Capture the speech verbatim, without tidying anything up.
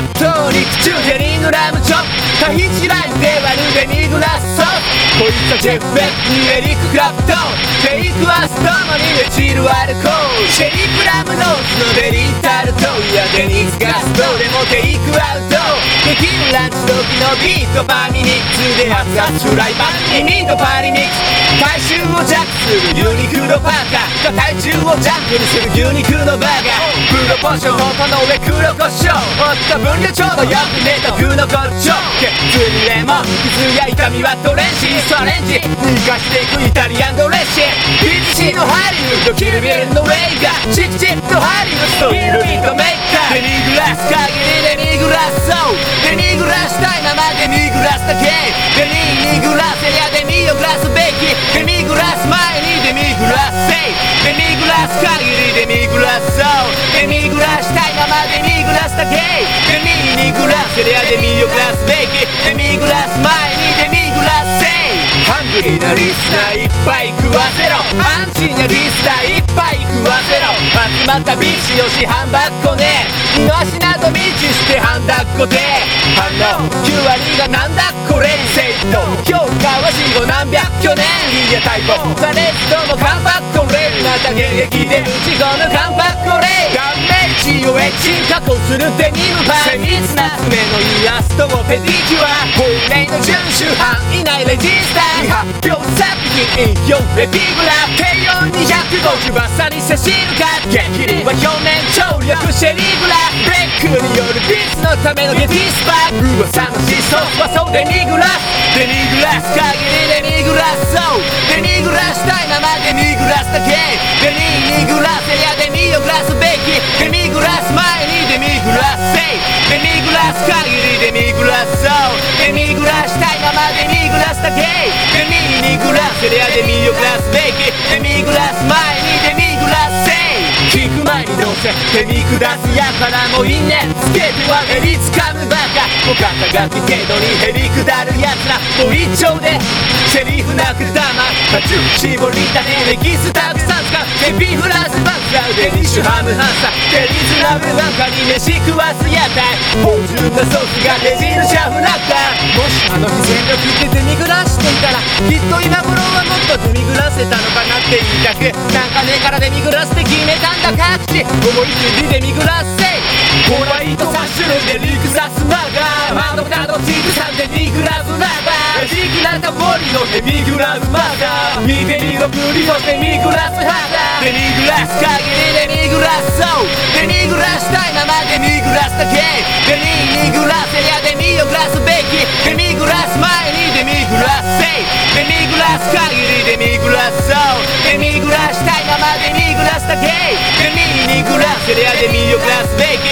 豆肉中デニグラムチョップタヒチラインで割るデミグラスソースこいつはジェフ・ベックにエリック・クラプトンテイクはストーンにメチルアルコールシェリープラムノースのデリータルトいやデニスガストでもテイクアウトできるランチ時のビートパーミニッツで熱々フライパンにミントパーリミックス体重をジャックするユニクロパーカーが体重をジャックにする牛肉のバーガープロポーションこの上黒胡椒折った分量ちょうどよくね毒の骨頂血にレモン傷や痛みはトレンシーストレンジ生かしていくイタリアンドレッシングビーチのハリウッドキルビルのレイガーチッチッとハリウッドキルビートメーカーデミグラス限りデミグラスソーデミグラスタイマまデミグラスだけデミグラスエアデミオグラスベイキデミグラス前にデミグラスセイデミグラス限りデミグラスソーデミグラスタイマまデミグラスだけデミグラスエアデミオグラスベイキデミグラス前にデミグラスセイハングリーなリスナーいっぱい食わせろアンチなリスナーいっぱい食わせろ集まったビシよし半ばっこねイワシなど道して半だっこで反応きゅう割がなんだこれセイト評価は死後何百去年リアタイプザレストもカンパッコレーまた現役で打ち込むカンパッコレー顔面値をエッチ加工するデニムパン精密な爪のイラストをペディキュア法令の遵守範囲内レジスター未発表作品引用レピグラ低温にひゃくごじゅうバッサリセシルカ激励は表面張力シェリーグラブレックによるビーツのためのゲティスパー噂の思想はそうデミグラスデミグラス限りデミグラスそうデミグラスたいままデミグラスだけデミグラスエアデミオグラスベイキデミグラス前にデミグラスセイデミグラス限りデミグラスそうデミグラスたいままデミグラスだけデミグラスエアデミオグラスベイキデミグラス前にデミグラスセイ聞く前にどうせ手に下すやからもういいねつけてはヘリつかむバカお肩書き程度にへりくだるやつらもう一丁でセリフなく黙った中絞りたねエキスたくさん使うエピフランスバンクラウデニッシュハムハンサデリズラブワンカに飯食わす屋台芳醇なソースがレジのシャフラッカーもしあの日全力でデミグラしていたらきっと今頃はもっとデミグラせたのかなって言いたくなんかねえからデミグラスって決めたんだ各地思いついてデミグラスせいホワイトサッシュルでリクサスマガーマドカドチーズさんでデミグラスラバーレジグラタボリのデミグラスマガーミデリのブリのデミグラスハガーデミグラス限りデミグラスソーデミグラスタイマまデミグラスだけデミグラスエアデミオグラスベイキデミグラス前にデミグラスセイデミグラス限りデミグラスソーデミグラスタイマまデミグラスだけデミグラスエアデミオグラスベイキ